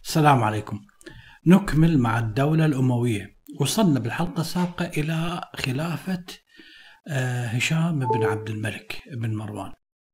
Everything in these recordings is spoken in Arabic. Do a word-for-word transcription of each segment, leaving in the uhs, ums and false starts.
السلام عليكم. نكمل مع الدولة الأموية. وصلنا بالحلقة السابقة إلى خلافة هشام بن عبد الملك بن مروان.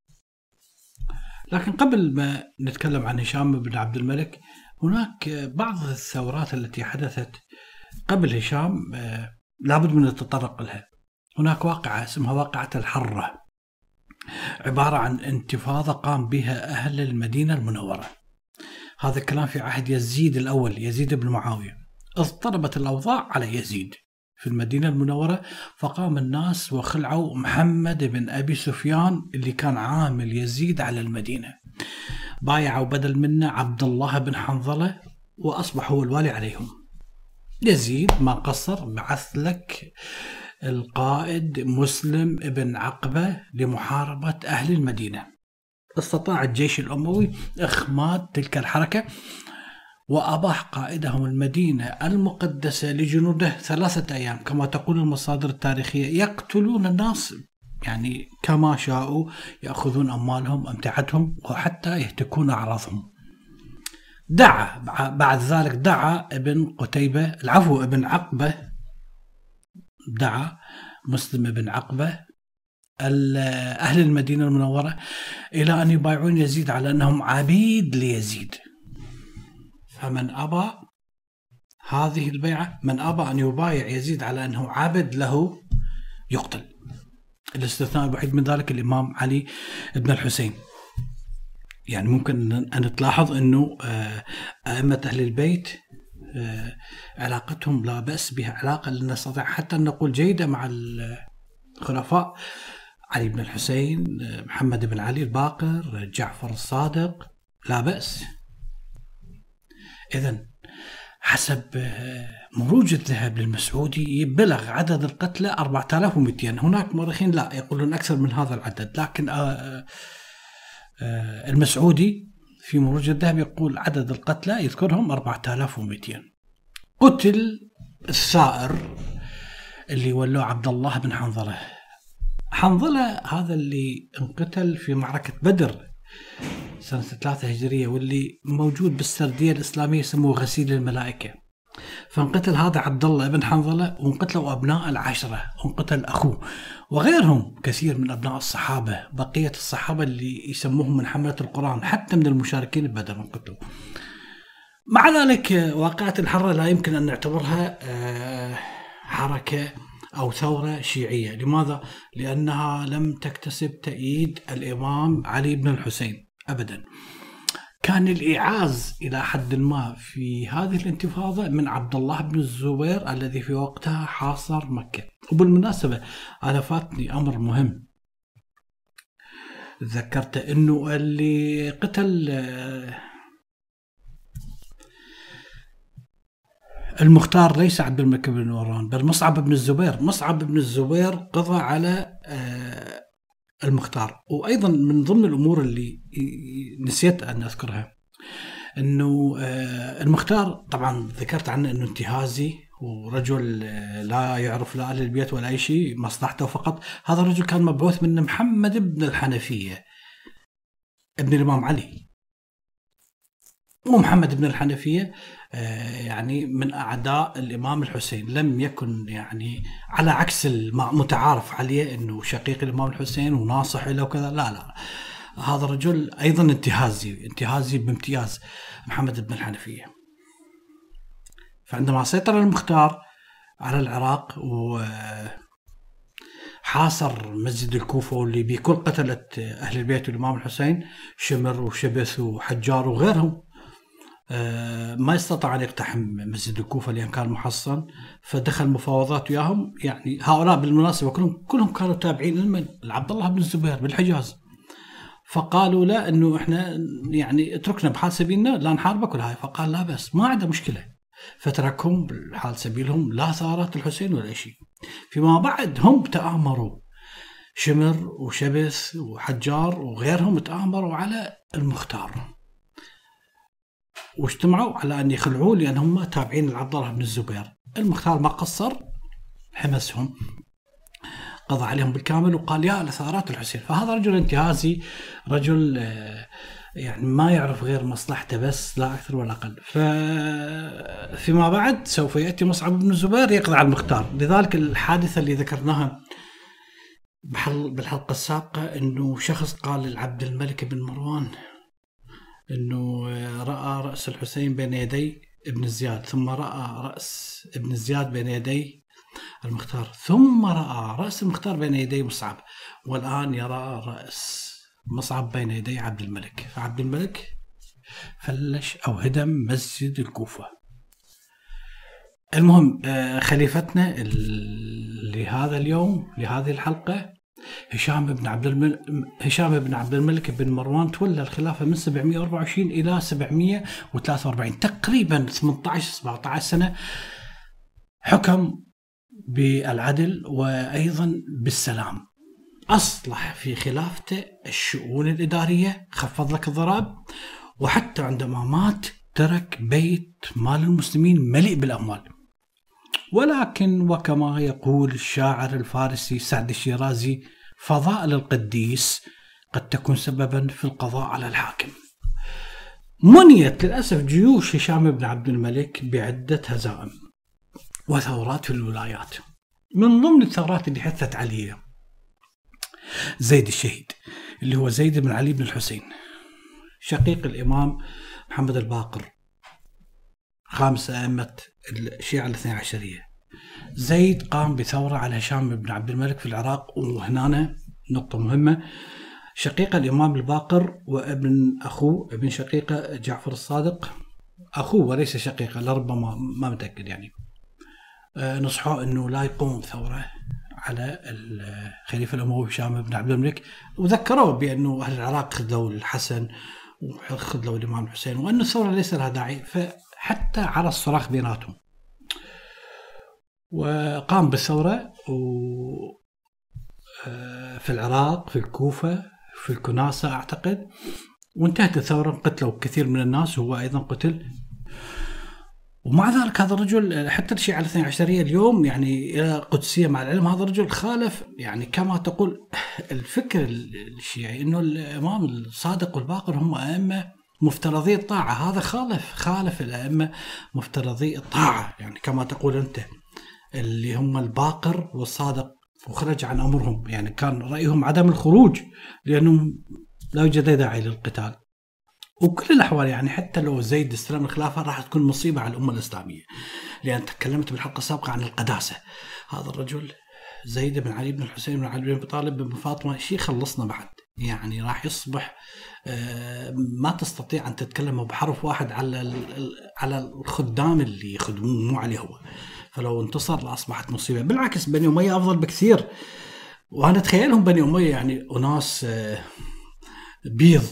لكن قبل ما نتكلم عن هشام بن عبد الملك، هناك بعض الثورات التي حدثت قبل هشام لابد من التطرق لها. هناك واقعة اسمها واقعة الحرة، عبارة عن انتفاضة قام بها أهل المدينة المنورة. هذا الكلام في عهد يزيد الأول، يزيد بن معاوية. اضطربت الأوضاع على يزيد في المدينة المنورة، فقام الناس وخلعوا محمد بن أبي سفيان اللي كان عامل يزيد على المدينة، بايعوا بدل منه عبد الله بن حنظلة وأصبح هو الوالي عليهم. يزيد ما قصر، بعث لك القائد مسلم بن عقبة لمحاربة أهل المدينة. استطاع الجيش الأموي إخماد تلك الحركة، وأباح قائدهم المدينة المقدسة لجنوده ثلاثة أيام كما تقول المصادر التاريخية، يقتلون الناس يعني كما شاءوا، يأخذون أموالهم أمتعتهم وحتى يهتكون أعراضهم. دعا بعد ذلك دعا ابن قتيبة العفو ابن عقبة دعا مسلم بن عقبة أهل المدينة المنورة إلى أن يبايعون يزيد على أنهم عبيد ليزيد. فمن أبى هذه البيعة، من أبى أن يبايع يزيد على أنه عبد له يقتل. الاستثناء الوحيد من ذلك الإمام علي بن الحسين. يعني ممكن أن تلاحظ أنه أئمة أهل البيت علاقتهم لا بأس بها، علاقة نستطيع حتى أن نقول جيدة مع الخلفاء علي بن الحسين، محمد بن علي الباقر، جعفر الصادق، لا بأس. إذن حسب مروج الذهب للمسعودي يبلغ عدد القتلى أربعة آلاف ومئتين. هناك مؤرخين لا يقولون أكثر من هذا العدد، لكن المسعودي في مروج الذهب يقول عدد القتلى يذكرهم أربعة آلاف ومئتين. قتل الثائر اللي ولوه عبد الله بن حنظلة. حنظلة هذا اللي انقتل في معركة بدر سنة ثلاثة هجرية، واللي موجود بالسردية الإسلامية يسموه غسيل الملائكة. فانقتل هذا عبد الله بن حنظلة، وانقتلوا أبناء العشرة، وانقتل أخوه وغيرهم كثير من أبناء الصحابة. بقية الصحابة اللي يسموهم من حملة القرآن حتى من المشاركين ببدر انقتلوا. مع ذلك واقعة الحرة لا يمكن أن نعتبرها حركة أو ثورة شيعية. لماذا؟ لأنها لم تكتسب تأييد الإمام علي بن الحسين أبدا. كان الإعاز إلى حد ما في هذه الانتفاضة من عبد الله بن الزبير الذي في وقتها حاصر مكة. وبالمناسبة أنا فاتني أمر مهم ذكرت، أنه اللي قتل المختار ليس عبد الملك بن مروان بل مصعب بن الزبير. مصعب بن الزبير قضى على المختار. وأيضا من ضمن الأمور اللي نسيت أن أذكرها أنه المختار طبعا ذكرت عنه أنه انتهازي ورجل لا يعرف لا أهل البيت ولا أي شيء، مصلحته فقط. هذا الرجل كان مبعوث من محمد بن الحنفية ابن الإمام علي، ومحمد بن الحنفية يعني من أعداء الإمام الحسين. لم يكن يعني على عكس المتعارف عليه أنه شقيق الإمام الحسين وناصح له وكذا، لا لا، هذا الرجل أيضا انتهازي انتهازي بامتياز محمد بن الحنفية. فعندما سيطر المختار على العراق وحاصر مسجد الكوفة واللي بكل قتلة أهل البيت والإمام الحسين، شمر وشبث وحجار وغيرهم، ما استطاع أن يقتحم مسجد الكوفة لأن كان محصن. فدخل مفاوضات وياهم. يعني هؤلاء بالمناسبة كلهم كلهم كانوا تابعين لمن؟ لعبد الله بن الزبير بالحجاز. فقالوا لا، إنه إحنا يعني اتركنا بحال سبيلنا لا نحاربك ولا هاي. فقال لا بس ما عنده مشكلة، فتركهم بحال سبيلهم، لا ثارات الحسين ولا شيء. فيما بعد هم تآمروا، شمر وشبث وحجار وغيرهم تآمروا على المختار، واجتمعوا على أن يخلعوه لأنهم تابعين لعبد الله بن الزبير. المختار ما قصر، حمسهم، قضى عليهم بالكامل وقال يا لثارات الحسين. فهذا رجل انتهازي، رجل يعني ما يعرف غير مصلحته بس، لا أكثر ولا أقل. فيما بعد سوف يأتي مصعب بن الزبير يقضي على المختار. لذلك الحادثة اللي ذكرناها بالحلقة السابقة أنه شخص قال للعبد الملك بن مروان أنه رأى رأس الحسين بين يدي ابن زياد، ثم رأى رأس ابن زياد بين يدي المختار، ثم رأى رأس المختار بين يدي مصعب، والآن يرى رأس مصعب بين يدي عبد الملك. فعبد الملك فلش أو هدم مسجد الكوفة. المهم خليفتنا لهذا اليوم لهذه الحلقة هشام بن عبد الملك هشام بن عبد الملك بن مروان تولى الخلافة من سبعمائة وأربعة وعشرين إلى سبعمائة وثلاثة وأربعين، تقريبا ثمانية عشر سبعة عشر سنة. حكم بالعدل وأيضا بالسلام، أصلح في خلافته الشؤون الإدارية، خفض لك الضرائب، وحتى عندما مات ترك بيت مال المسلمين مليء بالأموال. ولكن وكما يقول الشاعر الفارسي سعد الشيرازي: فضائل القديس قد تكون سببا في القضاء على الحاكم. منيت للأسف جيوش هشام بن عبد الملك بعدة هزائم وثورات في الولايات. من ضمن الثورات اللي حثت عليها زيد الشهيد، اللي هو زيد بن علي بن الحسين، شقيق الإمام محمد الباقر، خامس أئمة الشيعة الاثنى عشرية. زيد قام بثورة على هشام بن عبد الملك في العراق. وهنا نقطة مهمة: شقيق الإمام الباقر وابن أخوه ابن شقيقة جعفر الصادق، أخوه وليس شقيقة، لربما ما متأكد يعني، نصحوا أنه لا يقوم ثورة على الخليفة الأموي هشام بن عبد الملك، وذكروا بأنه أهل العراق خذلوا الحسن وخذلوا الإمام الحسين، وأن الثورة ليس لها داعي، فحتى على الصراخ بيناتهم. وقام بالثورة في العراق، في الكوفة، في الكناسة أعتقد، وانتهت الثورة، قتلوا كثير من الناس وهو أيضا قتل. ومع ذلك هذا الرجل حتى الشيعة الاثنى عشرية اليوم يعني إلى قدسية، مع العلم هذا الرجل خالف يعني كما تقول الفكر الشيعي أنه الإمام الصادق والباقر هم أئمة مفترضي الطاعة، هذا خالف خالف الأئمة مفترضي الطاعة، يعني كما تقول أنت اللي هم الباقر والصادق، وخرج عن أمرهم، يعني كان رأيهم عدم الخروج لأنهم لا يوجد داعي للقتال. وكل الأحوال يعني حتى لو زيد استلم الخلافة راح تكون مصيبة على الأمة الإسلامية، لأن تكلمت بالحلقة السابقة عن القداسة. هذا الرجل زيد بن علي بن الحسين بن علي بن أبي طالب بن فاطمة شيء خلصنا بعد، يعني راح يصبح ما تستطيع أن تتكلم بحرف واحد على على الخدام اللي يخدمون، مو عليه هو. فلو انتصر لأصبحت مصيبة. بالعكس بني أمية أفضل بكثير، وأنا أتخيلهم بني أمية يعني أناس بيض،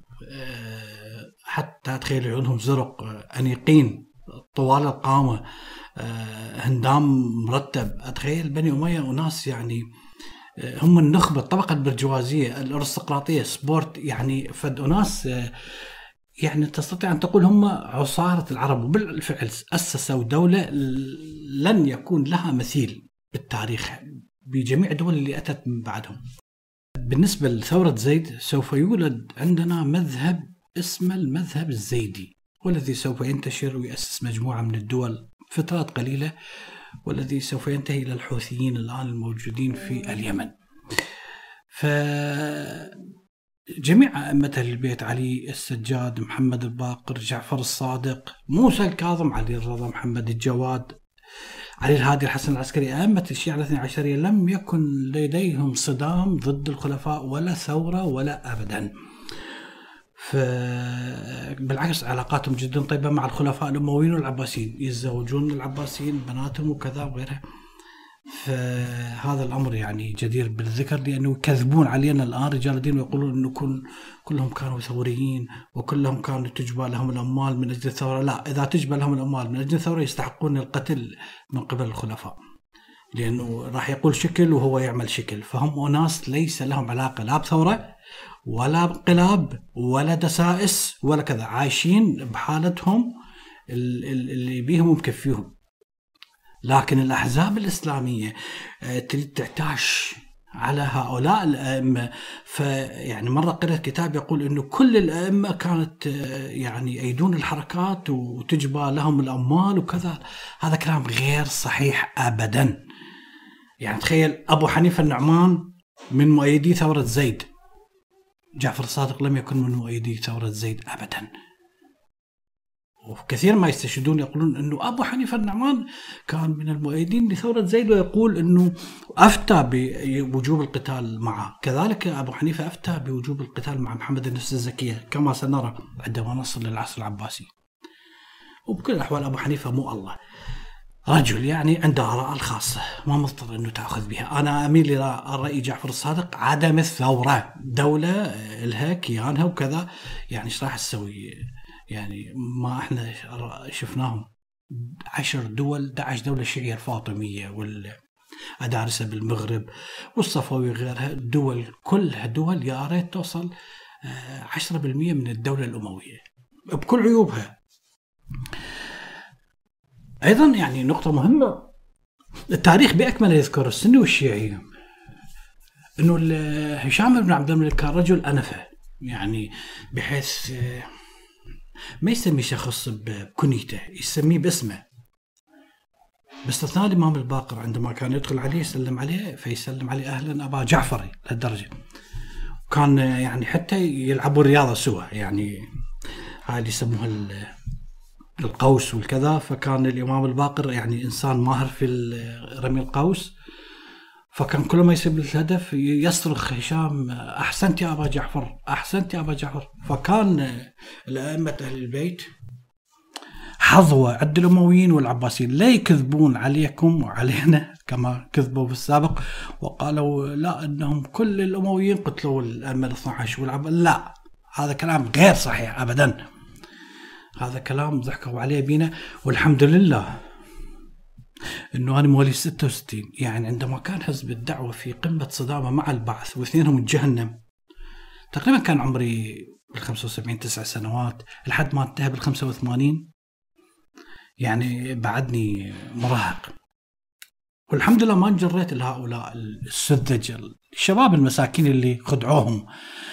حتى تخيل عيونهم زرق، أنيقين طوال القامة، هندام مرتب. أتخيل بني أمية وناس يعني هم النخبة، الطبقة البرجوازية الأرستقراطية، سبورت، يعني فد أناس يعني تستطيع أن تقول هم عصارة العرب، وبالفعل أسسوا دولة لن يكون لها مثيل بالتاريخ بجميع الدول اللي أتت من بعدهم. بالنسبة لثورة زيد سوف يولد عندنا مذهب اسمه المذهب الزيدي، والذي سوف ينتشر ويأسس مجموعة من الدول فترات قليلة، والذي سوف ينتهي إلى الحوثيين الآن الموجودين في اليمن. فجميع أئمة البيت، علي السجاد، محمد الباقر، جعفر الصادق، موسى الكاظم، علي الرضا، محمد الجواد، علي الهادي، الحسن العسكري، أئمة الشيعة الاثنى عشرية لم يكن لديهم صدام ضد الخلفاء ولا ثورة ولا أبدا. بالعكس علاقاتهم جدا طيبة مع الخلفاء الأمويين والعباسيين، يتزوجون العباسيين بناتهم وكذا وغيرها. فهذا الأمر يعني جدير بالذكر، لأنه يكذبون علينا الآن رجال الدين ويقولون أنه كل كلهم كانوا ثوريين وكلهم كانوا تجبى لهم الأموال من أجل الثورة. لا، إذا تجبى لهم الأموال من أجل الثورة يستحقون القتل من قبل الخلفاء، لأنه راح يقول شكل وهو يعمل شكل. فهم أناس ليس لهم علاقة لا بثورة ولا بانقلاب ولا دسائس ولا كذا، عايشين بحالتهم اللي بيهم ومكفيهم. لكن الأحزاب الإسلامية تريد تعتاش على هؤلاء الأئمة. فيعني مرة قرأت كتاب يقول أنه كل الأئمة كانت يعني يأيدون الحركات وتجبى لهم الأموال وكذا. هذا كلام غير صحيح أبدا. يعني تخيل أبو حنيفة النعمان من مؤيدي ثورة زيد، جعفر الصادق لم يكن من مؤيدي ثورة زيد أبدا. وكثير ما يستشهدون يقولون أنه أبو حنيفة النعمان كان من المؤيدين لثورة زيد، ويقول أنه أفتى بوجوب القتال معه. كذلك أبو حنيفة أفتى بوجوب القتال مع محمد النفس الزكية كما سنرى عندما نصل للعصر العباسي. وبكل الأحوال أبو حنيفة مو الله، رجل يعني عنده آراء الخاصة ما مضطر أنه تأخذ بها. أنا أميل إلى رأي جعفر الصادق، عدم الثورة، دولة لها كيانها وكذا، يعني إيش راح تسوي؟ يعني ما احنا شفناهم عشر دول، داعش دولة شيعية الفاطمية والأدارسة بالمغرب والصفوي وغيرها، دول كلها دول يا ريت توصل عشرة بالمئة من الدولة الأموية بكل عيوبها. أيضا يعني نقطة مهمة، التاريخ بأكمله يذكر السني والشيعي أنه هشام بن عبد الملك كان رجل أنفة، يعني بحيث ما يسمي شخص بكنيته، يسميه باسمه، باستثناء الإمام الباقر عندما كان يدخل عليه يسلم عليه فيسلم عليه أهلا أبا جعفر لهالدرجة. كان يعني حتى يلعبوا رياضة سوا، يعني هاي اللي يسموها القوس والكذا. فكان الإمام الباقر يعني إنسان ماهر في رمي القوس، فكان كل ما يصيب الهدف يصرخ هشام أحسنت يا أبا جعفر، أحسنت يا أبا جعفر. فكان الأئمة أهل البيت حظوة عند الأمويين والعباسيين لا يكذبون عليكم وعلينا كما كذبوا بالسابق وقالوا لا أنهم كل الأمويين قتلوا الأئمة الاثنى عشر والعب. لا، هذا كلام غير صحيح أبدا، هذا كلام ضحكوا عليه بينا. والحمد لله انه انا مواليد ستة وستين، يعني عندما كان حزب الدعوه في قمه صدامه مع البعث واثنينهم جهنم، تقريبا كان عمري بالخمسة وسبعين تسع سنوات لحد ما انتهى بالخمسة وثمانين، يعني بعدني مراهق. والحمد لله ما انجريت لهؤلاء السذج الشباب المساكين اللي خدعوهم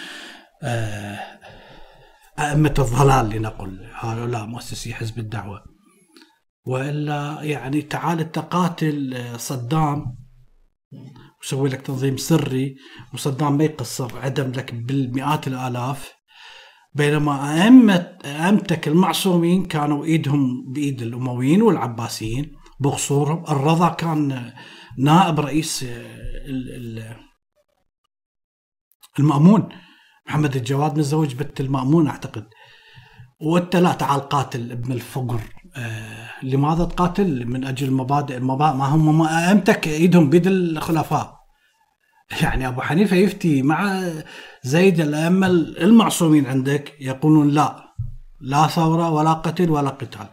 أئمة الضلال لنقل، هؤلاء مؤسسي حزب الدعوه. وإلا يعني تعال تقاتل صدام وسوي لك تنظيم سري وصدام ما يقصر عدم لك بالمئات الآلاف، بينما أئمة أئمتك المعصومين كانوا إيدهم بإيد الأمويين والعباسيين بقصورهم. الرضا كان نائب رئيس المأمون، محمد الجواد متزوج بنت المأمون أعتقد. وأنت لا تعال قاتل ابن الفقر. آه لماذا تقاتل؟ من أجل مبادئ المبادئ، ما هم ما أمتك إيدهم بيد الخلفاء. يعني أبو حنيفة يفتي مع زيد الأئمة المعصومين عندك يقولون لا، لا ثورة ولا قتل ولا قتال.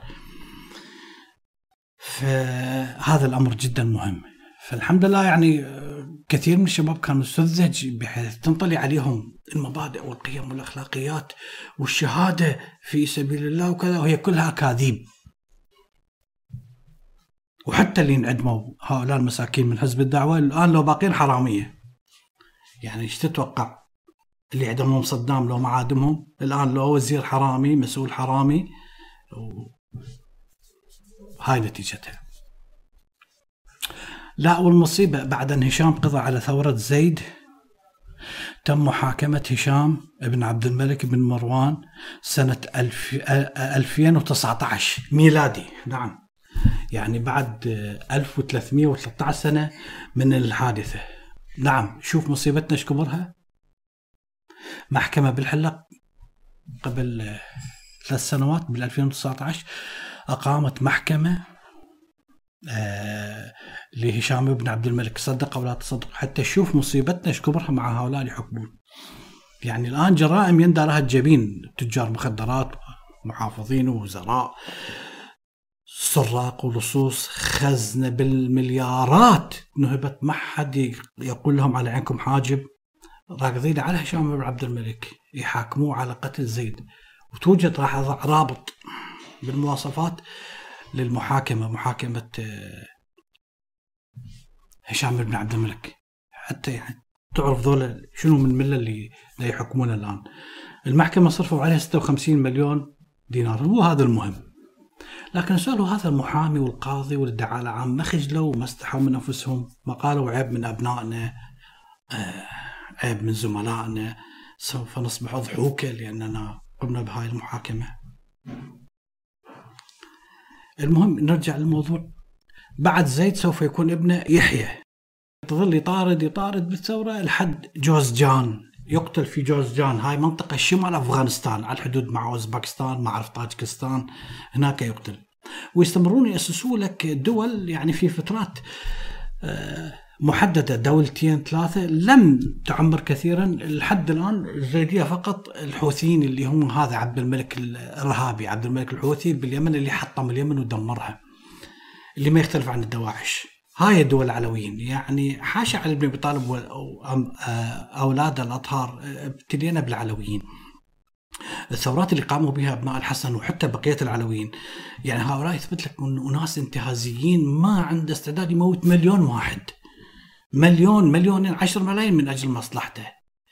فهذا الأمر جدا مهم. فالحمد لله يعني كثير من الشباب كانوا سذج بحيث تنطلي عليهم المبادئ والقيم والأخلاقيات والشهادة في سبيل الله وكذا، وهي كلها أكاذيب. وحتى اللي انعدموا هؤلاء المساكين من حزب الدعوة الآن لو باقين حرامية. يعني ايش تتوقع اللي عدمهم صدام لو معادمهم الآن لو وزير حرامي مسؤول حرامي، هاي نتيجتها. لا، والمصيبة بعد أن هشام قضى على ثورة زيد تم محاكمة هشام ابن عبد الملك بن مروان سنة ألفين وتسعة عشر ميلادي. نعم، يعني بعد ألف وثلاثمئة وثلاثة عشر سنة من الحادثة. نعم، شوف مصيبتنا ايش كبرها. محكمة بالحلق قبل ثلاث سنوات بال ألفين وتسعة عشر أقامت محكمة آه لهشام بن عبد الملك، صدق أو لا تصدق. حتى شوف مصيبتنا ايش كبرها مع هؤلاء اللي يحكمون. يعني الآن جرائم يندى لها الجبين، تجار مخدرات، محافظين ووزراء، سراق ولصوص، خزنة بالمليارات نهبت، ما حد يقول لهم على عينكم حاجب، راكضين على هشام بن عبد الملك يحاكموه على قتل زيد. وتوجد راح أضع رابط بالمواصفات للمحاكمة، محاكمة هشام بن عبد الملك، حتى يعني تعرف ذولا شنو من الملة اللي لا يحكمون الآن. المحكمة صرفوا عليها ستة وخمسين مليون دينار، مو هذا المهم. لكن سألوا هذا المحامي والقاضي والادعاء العام ما خجلوا، ما استحوا من أنفسهم، ما قالوا عيب من أبنائنا، آه عيب من زملائنا، سوف نصبح ضحوكة لأننا قمنا بهاي المحاكمة. المهم نرجع للموضوع. بعد زيد سوف يكون ابنه يحيى، تظل يطارد يطارد بالثورة لحد جوزجان، يقتل في جوزجان، هاي منطقة شمال أفغانستان على الحدود مع أوزبكستان مع طاجكستان، هناك يقتل. ويستمرون يأسسوا لك دول يعني في فترات محددة، دولتين ثلاثة لم تعمر كثيرا لحد الآن. الزيدية فقط الحوثيين اللي هم هذا عبد الملك الإرهابي، عبد الملك الحوثي باليمن اللي حطم اليمن ودمرها، اللي ما يختلف عن الدواعش. هاي الدول العلويين، يعني حاشا علي بن أبي طالب وأولاد الأطهار، ابتدينا بالعلويين. الثورات اللي قاموا بها أبناء الحسن وحتى بقية العلويين، يعني هؤلاء يثبت لك أن أناس انتهازيين ما عنده استعداد يموت مليون واحد، مليون مليونين عشر ملايين من أجل مصلحته.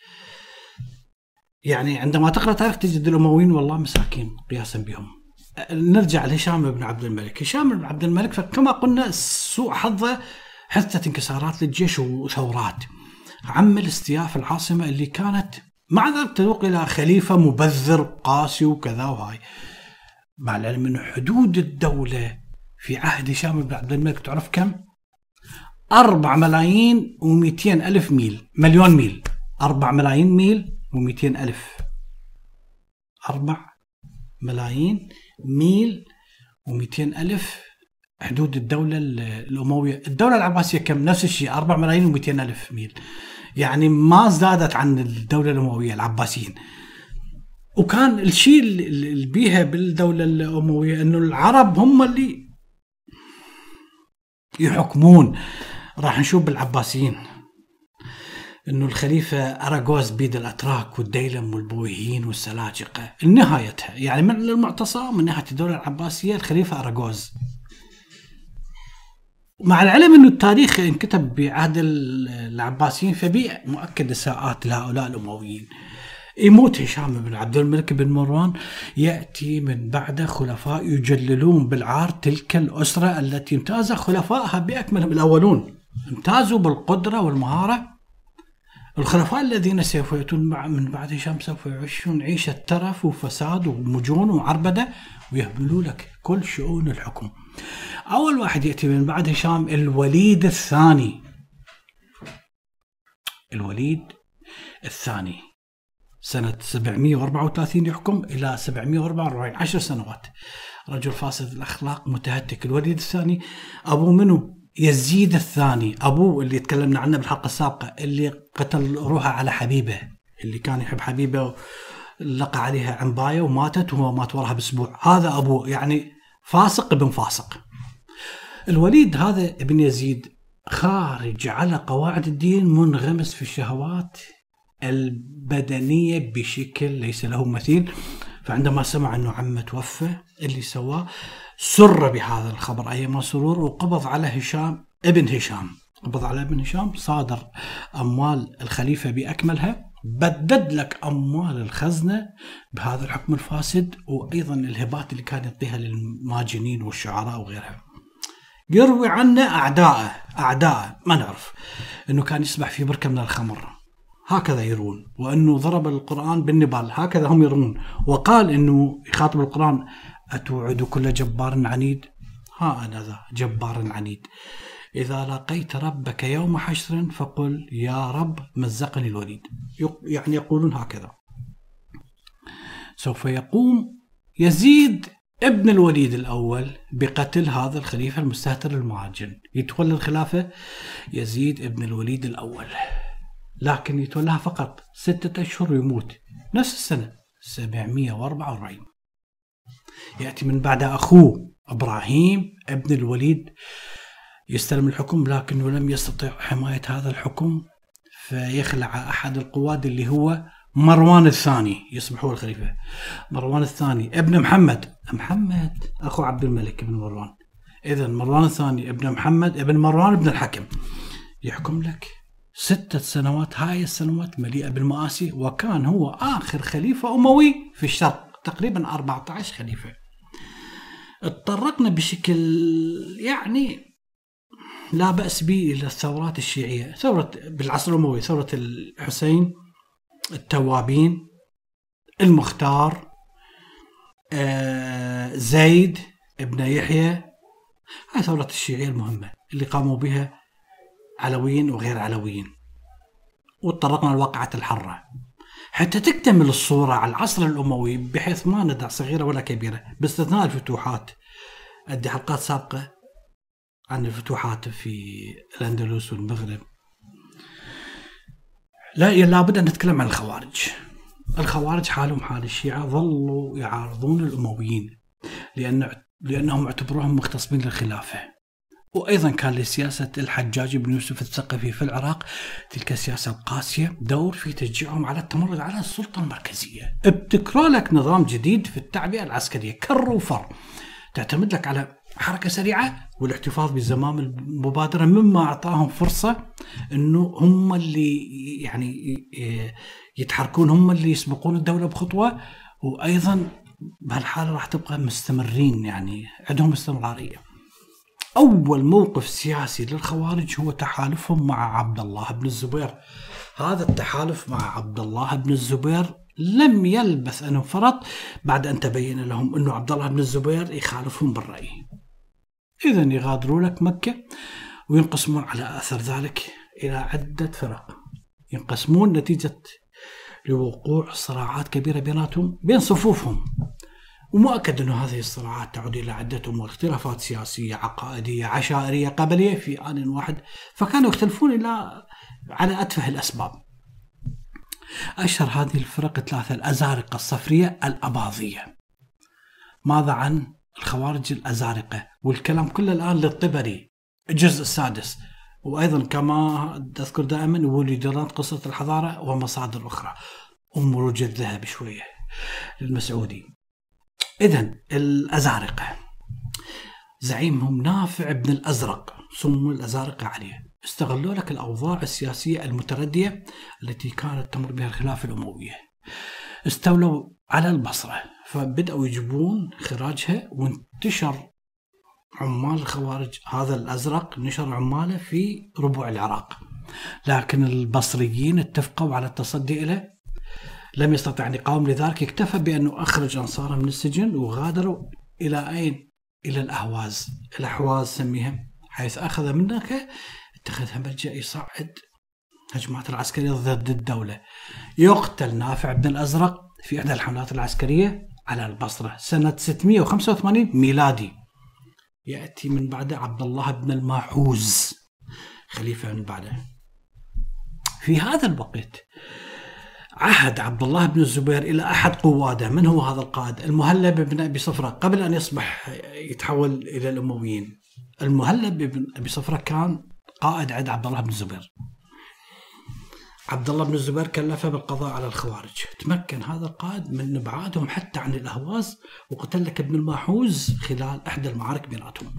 يعني عندما تقرأ تاريخ تجد الأمويين والله مساكين قياسا بهم. نرجع لهشام بن عبد الملك. هشام بن عبد الملك فكما قلنا سوء حظه حدثت انكسارات للجيش وثورات، عمل استياف العاصمة اللي كانت مع ذلك تذوق إلى خليفة مبذر قاسي وكذا وهاي، مع العلم أن حدود الدولة في عهد هشام بن عبد الملك تعرف كم؟ أربع ملايين ومئتين ألف ميل، مليون ميل، أربع ملايين ميل ومئتين ألف، أربع ملايين ميل ومئتين ألف حدود الدولة الأموية. الدولة العباسية كم؟ نفس الشيء، أربع ملايين ومئتين ألف ميل، يعني ما زادت عن الدولة الأموية العباسيين. وكان الشيء اللي بيها بالدولة الأموية أنه العرب هم اللي يحكمون. راح نشوف بالعباسيين أنه الخليفة أراغوز بيد الأتراك والديلم والبويهيين والسلاجقة نهايتها، يعني من المعتصم من نهاية الدولة العباسية الخليفة أراغوز. مع العلم أنه التاريخ انكتب بعهد العباسيين فبيع مؤكد إساءات لهؤلاء الأمويين. يموت هشام بن عبد الملك بن مروان، يأتي من بعد خلفاء يجللون بالعار تلك الأسرة التي امتاز خلفائها بأكملهم. الأولون امتازوا بالقدرة والمهارة، الخلفاء الذين سوف يأتون من بعد هشام سوف يعيشون عيشة ترف وفساد ومجون وعربدة، ويهملوا لك كل شؤون الحكم. أول واحد يأتي من بعد هشام الوليد الثاني، الوليد الثاني سنة سبعمئة وأربعة وثلاثين يحكم إلى سبعمئة وأربعة وأربعين، عشر سنوات. رجل فاسد الأخلاق متهتك. الوليد الثاني أبوه منه يزيد الثاني، أبوه اللي تكلمنا عنه بالحلقة السابقة، اللي قتل روحه على حبيبه، اللي كان يحب حبيبه لقى عليها عنباية وماتت وهو مات وراها بأسبوع. هذا أبوه، يعني فاسق ابن فاسق. الوليد هذا ابن يزيد خارج على قواعد الدين، منغمس في الشهوات البدنية بشكل ليس له مثيل. فعندما سمع أنه عمه توفى اللي سواه سر بهذا الخبر أيما سرور، وقبض على هشام ابن هشام، قبض على ابن هشام، صادر أموال الخليفة بأكملها، بدد لك أموال الخزنة بهذا الحكم الفاسد، وأيضا الهبات اللي كان يعطيها للماجنين والشعراء وغيرها. يروي عنه أعداءه أعداءه ما نعرف أنه كان يسبح في بركة من الخمر، هكذا يرون، وأنه ضرب القرآن بالنبال، هكذا هم يرون. وقال أنه يخاطب القرآن: أتوعد كل جبار عنيد؟ ها أنا ذا جبار عنيد، إذا لقيت ربك يوم حشر فقل يا رب مزقني الوليد. يعني يقولون هكذا. سوف يقوم يزيد ابن الوليد الأول بقتل هذا الخليفة المستهتر المعجن. يتولى الخلافة يزيد ابن الوليد الأول، لكن يتولاها فقط ستة أشهر ويموت نفس السنة سبعمئة وأربعة وأربعين. يأتي من بعد أخوه إبراهيم ابن الوليد يستلم الحكم، لكنه لم يستطع حماية هذا الحكم، فيخلع أحد القواد اللي هو مروان الثاني، يصبح هو الخليفة. مروان الثاني ابن محمد، محمد أخو عبد الملك بن مروان، إذن مروان الثاني ابن محمد ابن مروان ابن الحكم، يحكم لك ستة سنوات، هاي السنوات مليئة بالمآسي، وكان هو آخر خليفة أموي في الشرق، تقريبا أربعة عشر خليفة. اتطرقنا بشكل يعني لا بأس به إلى الثورات الشيعية، ثورة بالعصر الأموي، ثورة الحسين، التوابين، المختار، آه زيد ابن يحيى. هاي ثورة الشيعية المهمة اللي قاموا بها علويين وغير علويين. وتطرقنا لواقعة الحرة حتى تكتمل الصورة على العصر الأموي، بحيث ما ندع صغيرة ولا كبيرة باستثناء الفتوحات. أدي حلقات سابقة عن الفتوحات في الأندلس والمغرب. لا لابد أن نتكلم عن الخوارج. الخوارج حالهم حال الشيعة، ظلوا يعارضون الأمويين لأن لأنهم اعتبروهم مختصمين للخلافة. وأيضا كان لسياسة الحجاج بن يوسف الثقفي في العراق، تلك السياسة القاسية، دور في تشجيعهم على التمرد على السلطة المركزية. ابتكروا لك نظام جديد في التعبئة العسكرية، كر وفر، تعتمد لك على حركة سريعة والاحتفاظ بزمام المبادرة، مما أعطاهم فرصة أنه هم اللي يعني يتحركون، هم اللي يسبقون الدولة بخطوة، وأيضا بهالحالة راح تبقى مستمرين، يعني عندهم استمرارية. أول موقف سياسي للخوارج هو تحالفهم مع عبد الله بن الزبير. هذا التحالف مع عبد الله بن الزبير لم يلبث أن انفرط بعد أن تبين لهم أنه عبد الله بن الزبير يخالفهم بالرأي. إذن يغادروا لك مكة وينقسمون على أثر ذلك إلى عدة فرق، ينقسمون نتيجة لوقوع صراعات كبيرة بيناتهم بين صفوفهم. ومؤكد أن هذه الصراعات تعود إلى عدة أمور، اختلافات سياسية، عقائدية، عشائرية، قبلية في آن واحد، فكانوا يختلفون إلى على أتفه الأسباب. أشهر هذه الفرق ثلاثة: الأزارقة، الصفرية، الأباضية. ماذا عن الخوارج الأزارقة؟ والكلام كله الآن للطبري الجزء السادس، وأيضا كما أذكر دائما ولدرات قصة الحضارة ومصادر أخرى، ومروج الذهب شوية للمسعودي. إذن الأزارقة زعيمهم نافع بن الأزرق، سموا الأزارقة عليه. استغلوا لك الأوضاع السياسية المتردية التي كانت تمر بها الخلافة الأموية، استولوا على البصرة، فبدأوا يجيبون خراجها، وانتشر عمال الخوارج. هذا الأزرق نشر عماله في ربوع العراق، لكن البصريين اتفقوا على التصدي إليه، لم يستطع أن يقاوم، لذلك اكتفى بأنه أخرج أنصاره من السجن وغادروا إلى أين؟ إلى الأهواز. الأحواز سميها، حيث أخذ منك اتخذها ملجأ يصعد هجمات العسكرية ضد الدولة. يقتل نافع بن الأزرق في إحدى الحملات العسكرية على البصرة سنة ستمائة وخمسة وثمانين ميلادي. يأتي من بعده عبد الله بن الماحوز خليفة من بعده. في هذا الوقت عهد عبد الله بن الزبير إلى أحد قواده. من هو هذا القائد؟ المهلب بن أبي صفرة، قبل أن يصبح يتحول إلى الأمويين. المهلب بن أبي صفرة كان قائد عند عبد الله بن الزبير. عبد الله بن الزبير كلفه بالقضاء على الخوارج. تمكن هذا القائد من ابعادهم حتى عن الأهواز، وقتل لك ابن الماحوز خلال إحدى المعارك بيناتهم.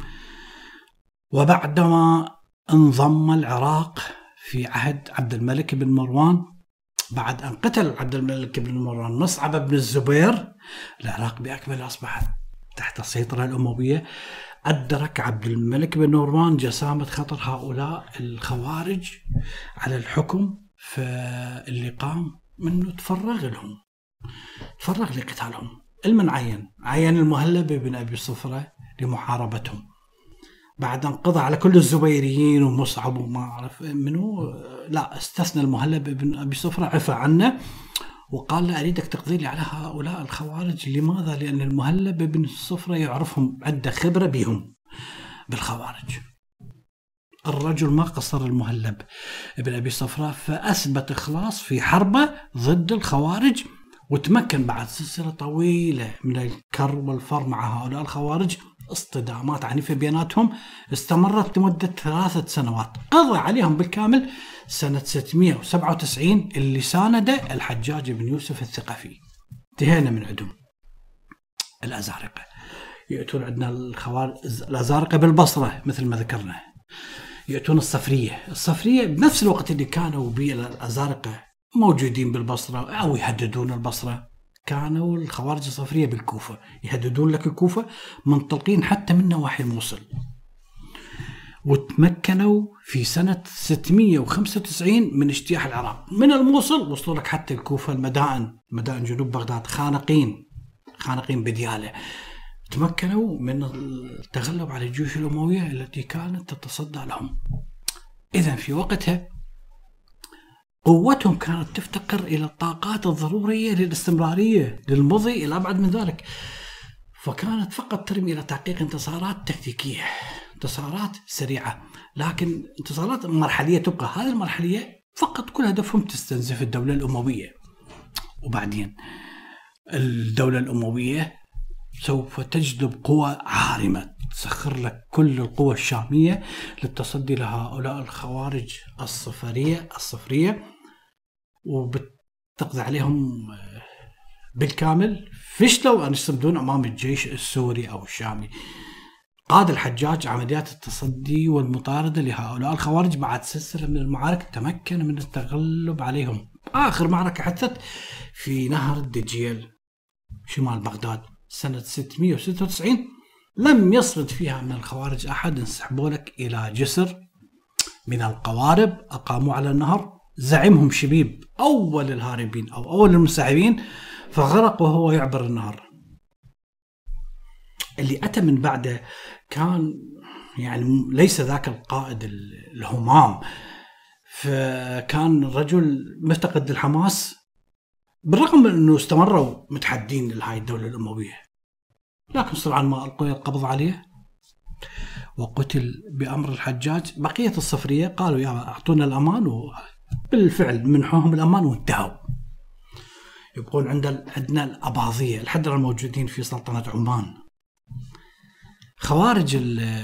وبعدما انضم العراق في عهد عبد الملك بن مروان، بعد أن قتل عبد الملك بن مروان مصعب بن الزبير، العراق بأكمله أصبح تحت السيطرة الأموية. أدرك عبد الملك بن مروان جسامة خطر هؤلاء الخوارج على الحكم، فاللي قام منه تفرغ لهم، تفرغ لقتالهم. المن عين عين المهلب بن أبي صفرة لمحاربتهم، بعد أن قضى على كل الزبيريين ومصعب وما أعرف منه، لا استثنى المهلب بن أبي صفرة، عفى عنه وقال لا أريدك تقضي لي على هؤلاء الخوارج. لماذا؟ لأن المهلب بن صفرة يعرفهم، عنده خبرة بهم بالخوارج. الرجل ما قصر المهلب بن أبي صفرة، فأثبت إخلاص في حربه ضد الخوارج، وتمكن بعد سلسلة طويلة من الكر والفر مع هؤلاء الخوارج، اصطدامات عنيفة بيناتهم استمرت لمدة ثلاثة سنوات، قضى عليهم بالكامل سنة ستمائة وسبعة وتسعين اللي سانده الحجاج بن يوسف الثقفي. انتهينا من عندهم. الأزارقة يأتون عندنا الخوارج الأزارقة بالبصرة مثل ما ذكرنا، يأتون الصفرية. الصفرية بنفس الوقت اللي كانوا بالأزارقة موجودين بالبصرة أو يهددون البصرة، كانوا الخوارج الصفرية بالكوفة يهددون لك الكوفة، منطلقين حتى من نواحي الموصل. وتمكنوا في سنة ستمئة وخمسة وتسعين من اجتياح العراق من الموصل، وصلوا لك حتى الكوفة، المدائن مدائن جنوب بغداد، خانقين خانقين بديالة. تمكنوا من التغلب على الجيوش الأموية التي كانت تتصدى لهم. إذن في وقتها قوتهم كانت تفتقر إلى الطاقات الضرورية للاستمرارية للمضي إلى أبعد من ذلك، فكانت فقط ترمي إلى تحقيق انتصارات تكتيكية، انتصارات سريعة، لكن انتصارات مرحلية تبقى. هذه المرحلية فقط كل هدفهم تستنزف الدولة الأموية. وبعدين الدولة الأموية سوف تجذب قوى عارمة تسخر لك كل القوى الشامية للتصدي لهؤلاء الخوارج الصفرية الصفرية وبتقضي عليهم بالكامل. فشلوا أن يصمدون أمام الجيش السوري أو الشامي. قاد الحجاج عمليات التصدي والمطاردة لهؤلاء الخوارج بعد سلسلة من المعارك، تمكن من التغلب عليهم. آخر معركة حدثت في نهر الدجيل شمال بغداد سنة ستمئة وستة وتسعين، لم يصمد فيها من الخوارج أحد، انسحبوا لك إلى جسر من القوارب أقاموا على النهر. زعيمهم شبيب أول الهاربين أو أول المنسحبين، فغرق وهو يعبر النهر. اللي أتى من بعده كان يعني ليس ذاك القائد الهمام، فكان رجل مفتقد للحماس، بالرغم من أنه استمروا متحدين لهاي الدولة الأموية، لكن سرعان ما ألقوا القبض عليه وقتل بأمر الحجاج. بقية الصفرية قالوا يا أعطونا الأمان، وبالفعل منحوهم الأمان وانتهوا. يبقون عند عندنا الأباضية الحدرة الموجودين في سلطنة عمان. خوارج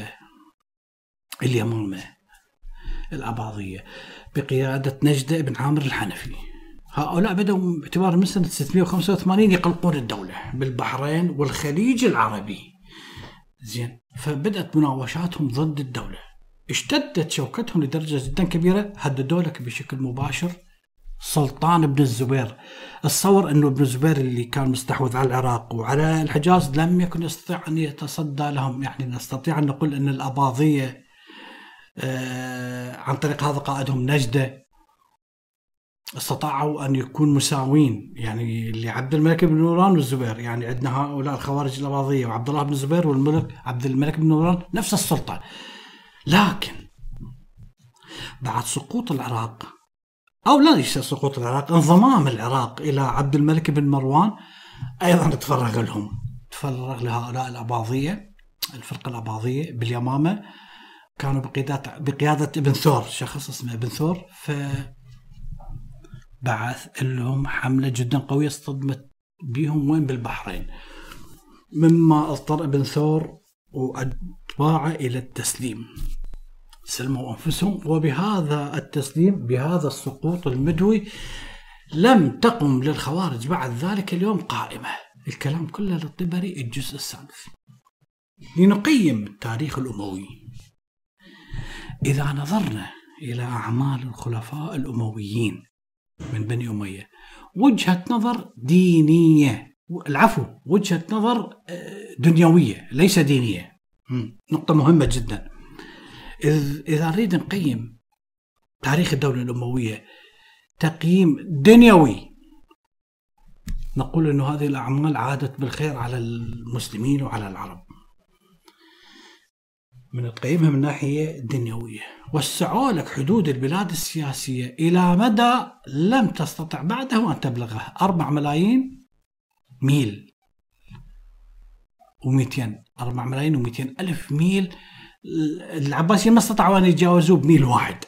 اليمامة الأباضية بقيادة نجدة بن عامر الحنفي، هؤلاء بدأوا باعتبار من سنة ستمئة وخمسة وثمانين يقلقون الدولة بالبحرين والخليج العربي. زين، فبدأت مناوشاتهم ضد الدولة، اشتدت شوكتهم لدرجة جدا كبيرة، هددوا لك بشكل مباشر سلطان بن الزبير. الصور أنه ابن الزبير اللي كان مستحوذ على العراق وعلى الحجاز لم يكن يستطيع أن يتصدى لهم. يعني نستطيع أن نقول أن الأباضية آه عن طريق هذا قائدهم نجدة استطاعوا أن يكون مساوين، يعني اللي عبد الملك بن نوران والزبير، يعني عندنا هؤلاء الخوارج الأباضية وعبد الله بن الزبير والملك عبد الملك بن نوران نفس السلطة. لكن بعد سقوط العراق، أو لا ليس سقوط العراق، انضمام العراق إلى عبد الملك بن مروان، أيضا تفرغ لهم، تفرغ لهؤلاء الأباضية، الفرقة الأباضية باليمامة، كانوا بقيادة بقيادة ابن ثور، شخص اسمه ابن ثور، فبعث لهم حملة جدا قوية اصطدمت بهم وين بالبحرين، مما اضطر ابن ثور وأتباعه إلى التسليم، سلموا أنفسهم. وبهذا التسليم، بهذا السقوط المدوي، لم تقم للخوارج بعد ذلك اليوم قائمة. الكلام كله للطبري الجزء السادس. لنقيم التاريخ الأموي، إذا نظرنا إلى أعمال الخلفاء الأمويين من بني أمية، وجهة نظر دينية، العفو وجهة نظر دنيوية ليس دينية، نقطة مهمة جدا. إذا نريد نقيم تاريخ الدولة الأموية تقييم دنيوي، نقول أن هذه الأعمال عادت بالخير على المسلمين وعلى العرب، من القيمة من ناحية دنيوية. وسعوا لك حدود البلاد السياسية إلى مدى لم تستطع بعده أن تبلغه، أربع ملايين ميل ومئتين أربع ملايين ومئتين ألف ميل. العباسيين ما استطاعوا أن يتجاوزوا بميل واحد،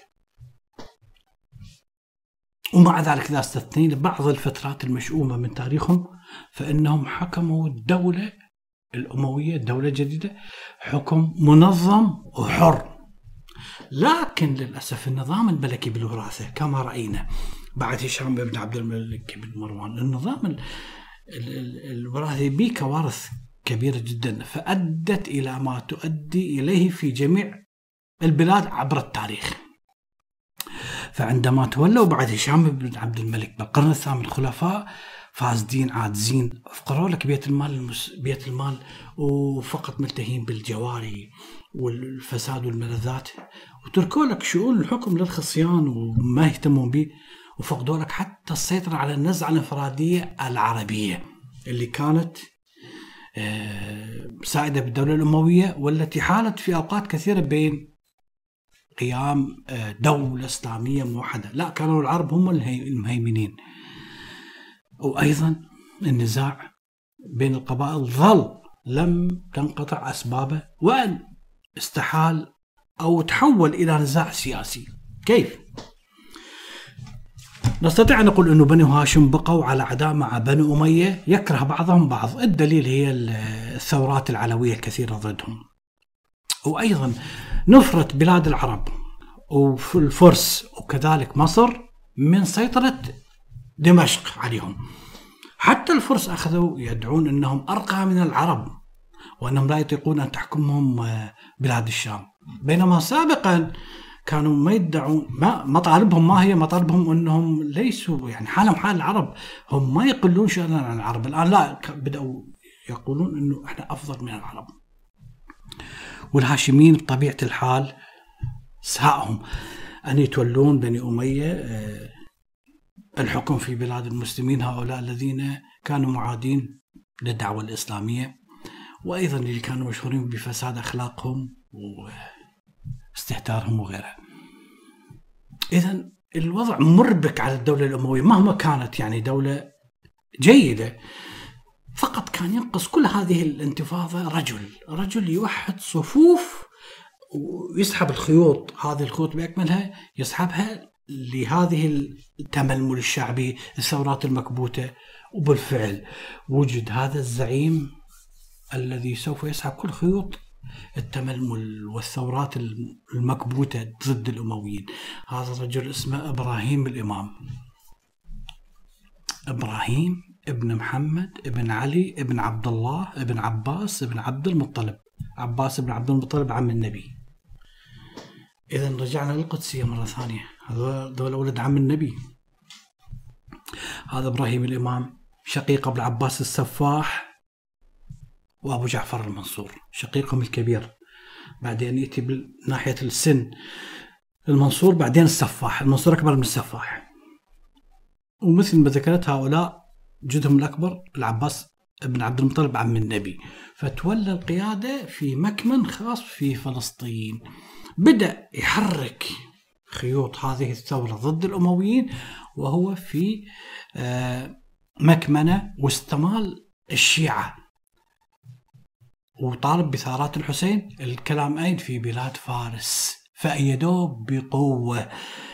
ومع ذلك إذا استثنينا بعض الفترات المشؤومة من تاريخهم فإنهم حكموا الدولة الأموية، الدولة الجديدة، حكم منظم وحر. لكن للأسف النظام الملكي بالوراثة كما رأينا بعد هشام بن عبد الملك بن مروان، النظام الوراثي به كوارث كبيرة جدا، فأدت إلى ما تؤدي إليه في جميع البلاد عبر التاريخ. فعندما تولوا بعد هشام بن عبد الملك بالقرن الثامن الخلفاء فاسدين عاجزين، افقروا لك بيت المال المس... بيت المال وفقط ملتهين بالجواري والفساد والملذات، وتركوا لك شؤون الحكم للخصيان وما يهتمون به، وفقدوا لك حتى السيطرة على النزعة الانفرادية العربية اللي كانت سائدة بالدولة الأموية، والتي حالت في أوقات كثيرة بين قيام دولة إسلامية موحدة. لا، كانوا العرب هم المهيمنين. وأيضا النزاع بين القبائل ظل لم تنقطع أسبابه، وأن استحال أو تحول إلى نزاع سياسي. كيف؟ نستطيع أن نقول أن بني هاشم بقوا على عداء مع بني أمية يكره بعضهم بعض. الدليل هي الثورات العلوية الكثيرة ضدهم، وأيضا نفرة بلاد العرب وفي الفرس وكذلك مصر من سيطرة دمشق عليهم. حتى الفرس أخذوا يدعون أنهم أرقى من العرب وأنهم لا يطيقون أن تحكمهم بلاد الشام، بينما سابقا كانوا ما يدعون، ما مطالبهم ما هي مطالبهم أنهم ليسوا يعني حالهم حال العرب، هم ما يقلون شأنا عن العرب. الآن لا، بدأوا يقولون أنه إحنا أفضل من العرب. والهاشميين بطبيعة الحال ساءهم أن يتولون بني أمية الحكم في بلاد المسلمين، هؤلاء الذين كانوا معادين للدعوة الإسلامية، وأيضا اللي كانوا مشهورين بفساد أخلاقهم واستهتارهم وغيرها. إذن الوضع مربك على الدولة الأموية مهما كانت يعني دولة جيدة. فقط كان ينقص كل هذه الانتفاضة رجل رجل يوحد صفوف ويسحب الخيوط، هذه الخيوط بأكملها يسحبها لهذه التململ الشعبي، الثورات المكبوتة. وبالفعل وجد هذا الزعيم الذي سوف يسحب كل خيوط التململ والثورات المكبوتة ضد الأمويين. هذا الرجل اسمه إبراهيم الإمام، إبراهيم ابن محمد ابن علي ابن عبد الله ابن عباس ابن عبد المطلب. عباس ابن عبد المطلب عم النبي. إذن رجعنا للقدسية مرة ثانية، هذول ولد عم النبي. هذا إبراهيم الإمام شقيق أبو العباس السفاح وأبو جعفر المنصور، شقيقهم الكبير. بعدين يأتي بناحية السن المنصور، بعدين السفاح. المنصور أكبر من السفاح. ومثل ما ذكرت هؤلاء جدهم الأكبر العباس ابن عبد المطلب عم النبي، فتولى القيادة في مكمن خاص في فلسطين. بدأ يحرك خيوط هذه الثورة ضد الأمويين وهو في مكمنة، واستمال الشيعة وطالب بثارات الحسين. الكلام أين؟ في بلاد فارس، فأيدوه بقوة.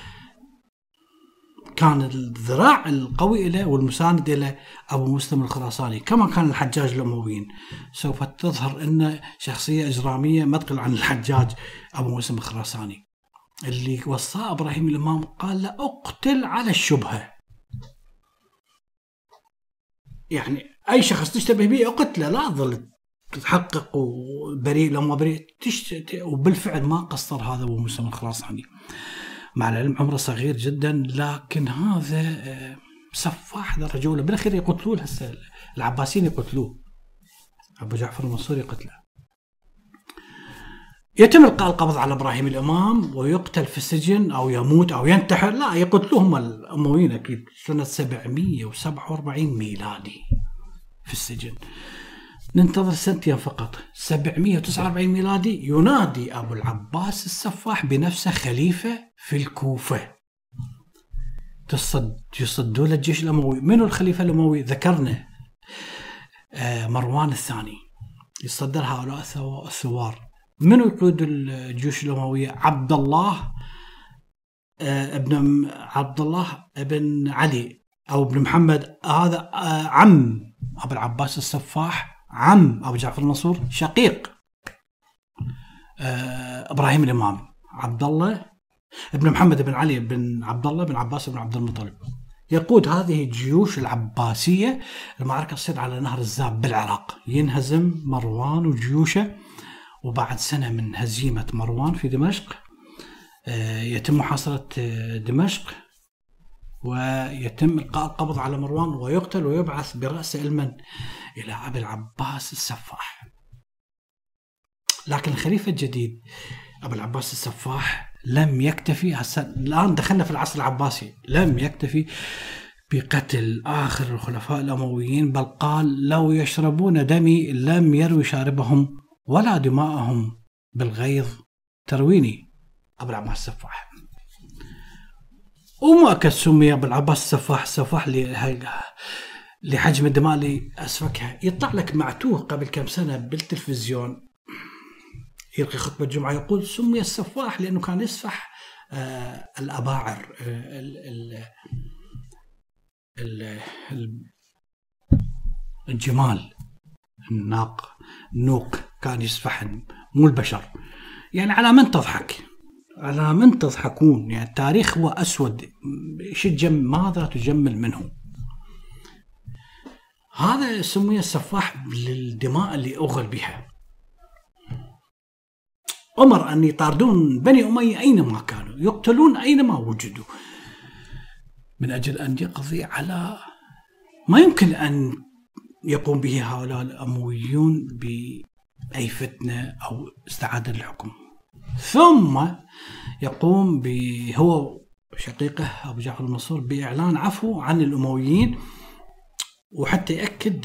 كان الذراع القوي له والمساند له أبو مسلم الخراساني، كما كان الحجاج الأمويين. سوف تظهر أن شخصية إجرامية ما تقل عن الحجاج أبو مسلم الخراساني، اللي وصاه إبراهيم الإمام قال له اقتل على الشبهة، يعني أي شخص تشتبه به اقتله، لا تظل تحقق وبريء لما بريء تشت... وبالفعل ما قصر هذا أبو مسلم الخراساني، مع العلم عمره صغير جدا، لكن هذا سفاح للرجولة. بالأخير يقتلوه، هسه العباسيين يقتلوه، أبو جعفر المنصور يقتله. يتم إلقاء القبض على إبراهيم الإمام ويقتل في السجن أو يموت أو ينتحر، لا يقتلوهم الأمويين أكيد، سنة سبعمية وسبعة وأربعين ميلادي في السجن. ننتظر سنتين فقط، سبعمية وتسعة وأربعين ميلادي، ينادي أبو العباس السفاح بنفسه خليفة في الكوفة. تصد يصدوا له الجيش الأموي. منو الخليفة الأموي؟ ذكرنا آه مروان الثاني يصدر هؤلاء الثوار. منو يقود الجيوش الأموية؟ عبد الله آه ابن عبد الله ابن علي أو ابن محمد، هذا آه عم أبو العباس السفاح، عم أبو جعفر المنصور، شقيق آه إبراهيم الإمام. عبد الله ابن محمد بن علي بن عبد الله بن عباس بن عبد المطلب يقود هذه الجيوش العباسية. المعركة تصير على نهر الزاب بالعراق، ينهزم مروان وجيوشه وبعد سنة من هزيمة مروان في دمشق يتم محاصرة دمشق ويتم إلقاء القبض على مروان ويقتل ويبعث برأس علما إلى أبي العباس السفاح. لكن الخليفة الجديد أبو العباس السفاح لم يكتفي، الآن دخلنا في العصر العباسي، لم يكتفي بقتل آخر الخلفاء الأمويين، بل قال لو يشربون دمي لم يروي شاربهم ولا دماءهم بالغيظ ترويني. أبو العباس السفاح ومؤكد سمي أبو العباس السفاح السفاح لحجم الدماء اللي أسفكها. يطلع لك معتوه قبل كم سنة بالتلفزيون يلقي خطبة الجمعة يقول سمي السفاح لأنه كان يسفح آه الأباعر آه ال ال ال ال الجمال الناق النوق كان يسفحن مو البشر. يعني على من تضحك، على من تضحكون؟ يعني التاريخ هو أسود، شجم ماذا تجمل منه؟ هذا سمي السفاح للدماء اللي أغل بها. أمر أن يطاردون بني أمية أينما كانوا، يقتلون أينما وجدوا، من أجل أن يقضي على ما يمكن أن يقوم به هؤلاء الأمويون بأي فتنة أو استعادة للحكم. ثم يقوم هو شقيقه أبو جعفر المنصور بإعلان عفو عن الأمويين، وحتى يأكد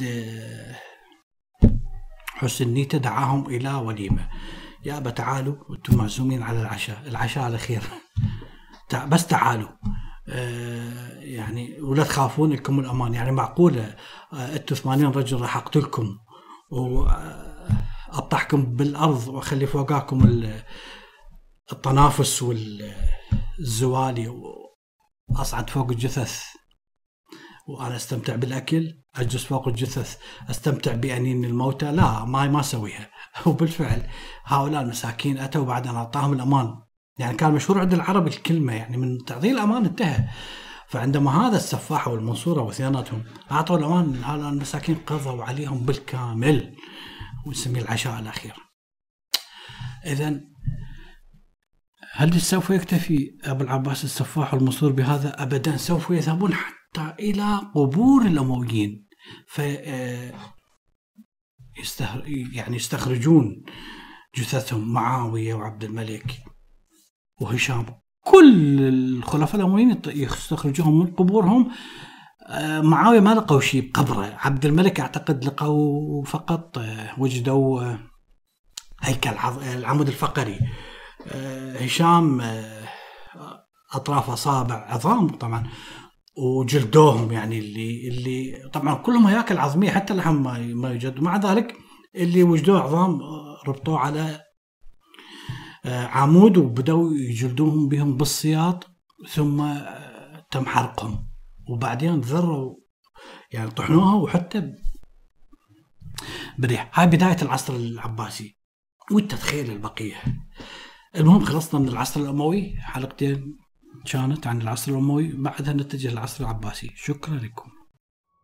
حسن نيته دعاهم إلى وليمة. يا أبا تعالوا وأنتم معزومين على العشاء، العشاء على خير، بس تعالوا آه يعني ولا تخافون، لكم الأمان. يعني معقولة آه أنتم ثمانين رجل راح أقتلكم وأطحكم بالأرض وأخلي فوقاكم الطنافس والزوالي وأصعد فوق الجثث وأنا أستمتع بالأكل، أجلس فوق الجثث أستمتع بأنين الموتى؟ لا، ما ما أسويها. وبالفعل هؤلاء المساكين أتوا بعد أن أعطاهم الأمان. يعني كان مشهور عند العرب الكلمة يعني من تعطيه الأمان انتهى. فعندما هذا السفاح والمنصورة وثيانتهم أعطوا الأمان، هؤلاء المساكين قضوا عليهم بالكامل، ونسميه العشاء الأخير. إذن هل سوف يكتفي أبو العباس السفاح والمنصور بهذا؟ أبدا، سوف يذهبون حتى إلى قبور الأمويين في يعني يستخرجون جثثهم، معاوية وعبد الملك وهشام، كل الخلفاء الأمويين يستخرجوهم من قبورهم. معاوية ما لقوا شيء بقبره، عبد الملك أعتقد لقوا فقط وجدوا هيكل العمود الفقري، هشام أطراف أصابع عظام طبعا، وجلدوهم يعني اللي اللي طبعا كلهم هياكل عظمية، حتى اللحم ما ما يوجد. مع ذلك اللي وجدوه عظام ربطوه على عمود وبدأوا يجلدوهم بهم بالسياط، ثم تم حرقهم، وبعدين ذروا يعني طحنوها وحتى بريح. هاي بداية العصر العباسي، والتدخيل البقية. المهم خلصنا من العصر الأموي، حلقتين كانت عن العصر الأموي، بعدها نتجه للعصر العباسي. شكرا لكم.